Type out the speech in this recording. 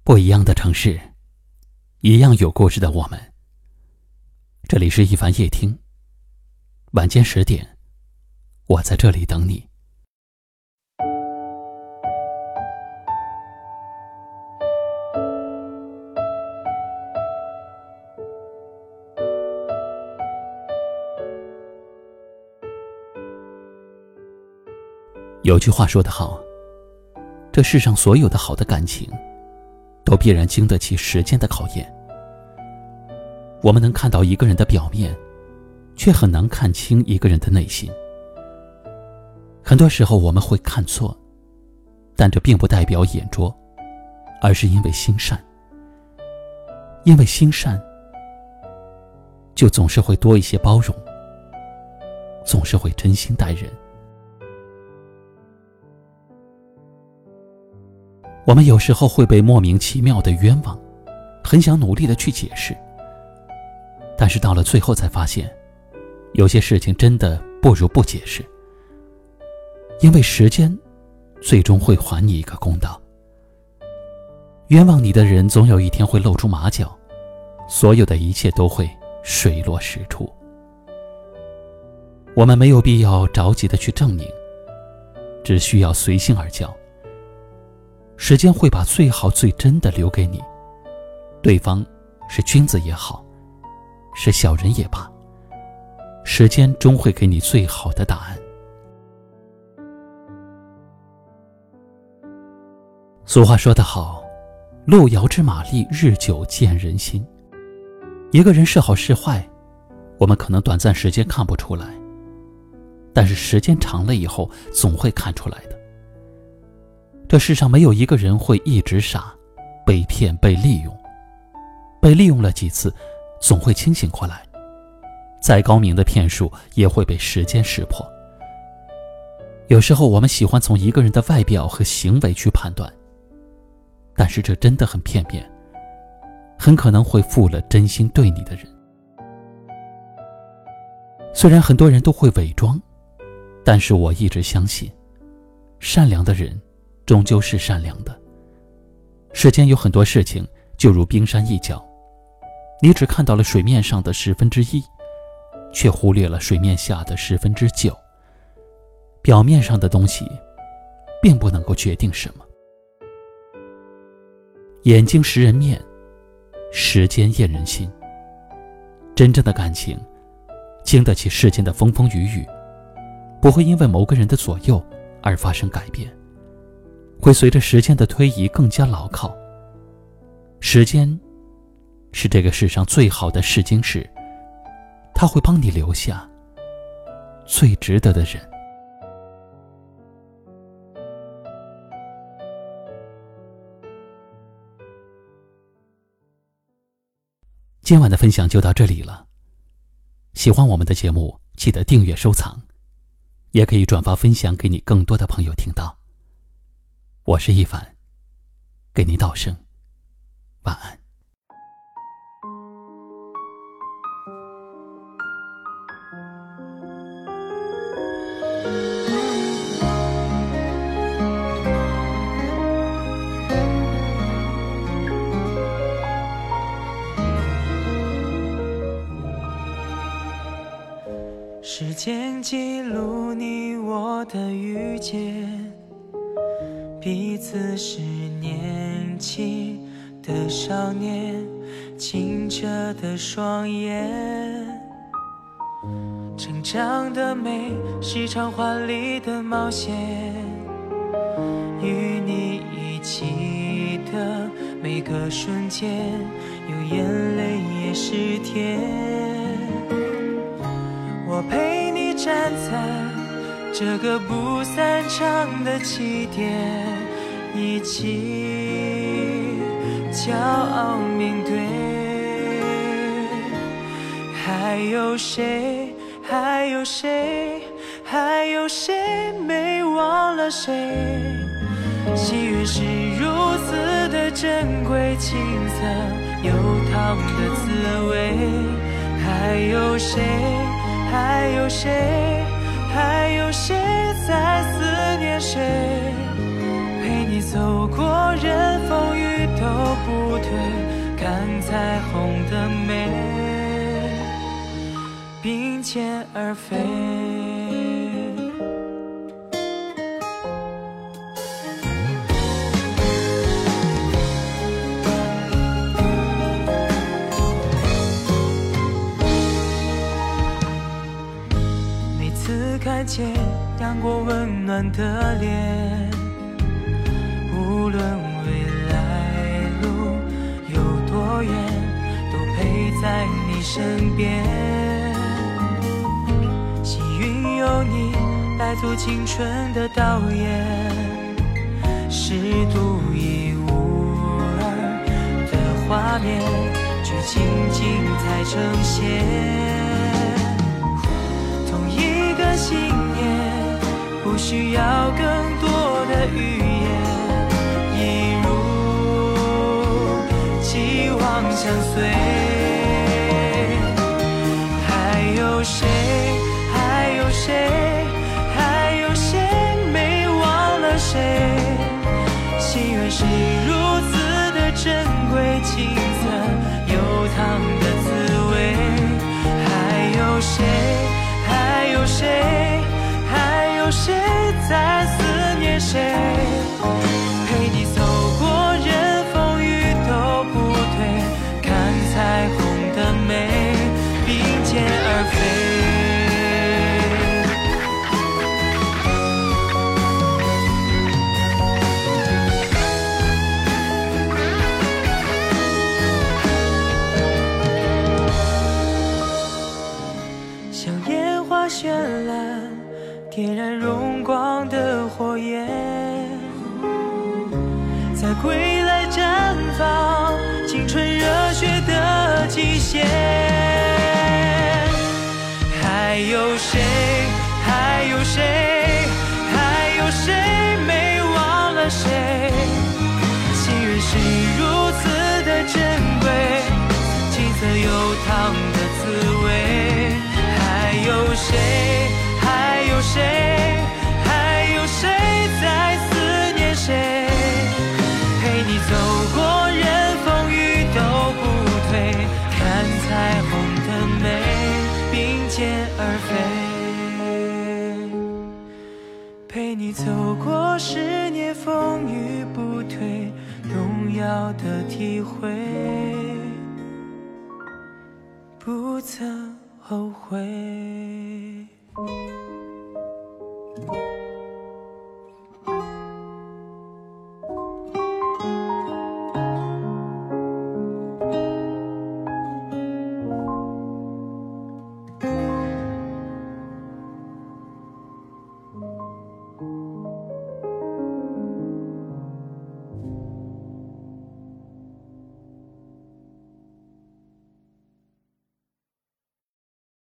不一样的城市，一样有故事的我们。这里是一凡夜听，晚间10点，我在这里等你。有句话说得好，这世上所有的好的感情都必然经得起时间的考验。我们能看到一个人的表面，却很难看清一个人的内心。很多时候我们会看错，但这并不代表眼拙，而是因为心善。因为心善，就总是会多一些包容，总是会真心待人。我们有时候会被莫名其妙的冤枉，很想努力的去解释，但是到了最后才发现，有些事情真的不如不解释，因为时间最终会还你一个公道。冤枉你的人总有一天会露出马脚，所有的一切都会水落石出。我们没有必要着急的去证明，只需要随性而教。时间会把最好最真的留给你，对方是君子也好，是小人也罢，时间终会给你最好的答案。俗话说得好，路遥知马力，日久见人心。一个人是好是坏，我们可能短暂时间看不出来，但是时间长了以后总会看出来的。这世上没有一个人会一直傻，被骗被利用，被利用了几次总会清醒过来，再高明的骗术也会被时间识破。有时候我们喜欢从一个人的外表和行为去判断，但是这真的很片面，很可能会负了真心对你的人。虽然很多人都会伪装，但是我一直相信，善良的人终究是善良的。世间有很多事情就如冰山一角，你只看到了水面上的1/10，却忽略了水面下的9%。表面上的东西并不能够决定什么。眼睛识人面，时间验人心。真正的感情经得起世间的风风雨雨，不会因为某个人的左右而发生改变，会随着时间的推移更加牢靠。时间是这个世上最好的试金石，它会帮你留下最值得的人。今晚的分享就到这里了，喜欢我们的节目记得订阅收藏，也可以转发分享给你更多的朋友听到。我是一凡，给您道声晚安。 时间记录你我的遇见，彼此是年轻的少年，清澈的双眼。成长的美是场华丽的冒险，与你一起的每个瞬间，有眼泪也是甜。我陪你站在这个不散场的起点，一起骄傲面对。还有谁，还有谁，还有谁没忘了谁？喜悦是如此的珍贵，青涩有糖的滋味。还有谁，还有谁，还有谁在思念谁？陪你走过人风雨都而飞。每次看见阳光温暖的脸，无论未来路有多远，都陪在你身边。幸运有你带走青春的导演，是独一无二的画面，剧情精彩呈现。同一个信念，不需要更多的语言，一如既往相随。还有谁，还有谁，还有谁没忘了谁？心愿是如此的珍贵，青涩有糖的滋味。还有谁，还有谁，还有谁在思念谁？陪你走过人风雨都不退，看彩虹的美，并肩而飞。像烟花绚烂，点燃荣光的火焰，在归来绽放青春热血的极限。还有谁，还有谁，还有谁没忘了谁？心愿是如此的珍贵，青涩有糖的滋味。还有谁，还有谁，还有谁在思念谁？陪你走过人风雨都不退，看彩虹的美，并肩而飞。陪你走过10年风雨不退，荣耀的体会，不曾后悔。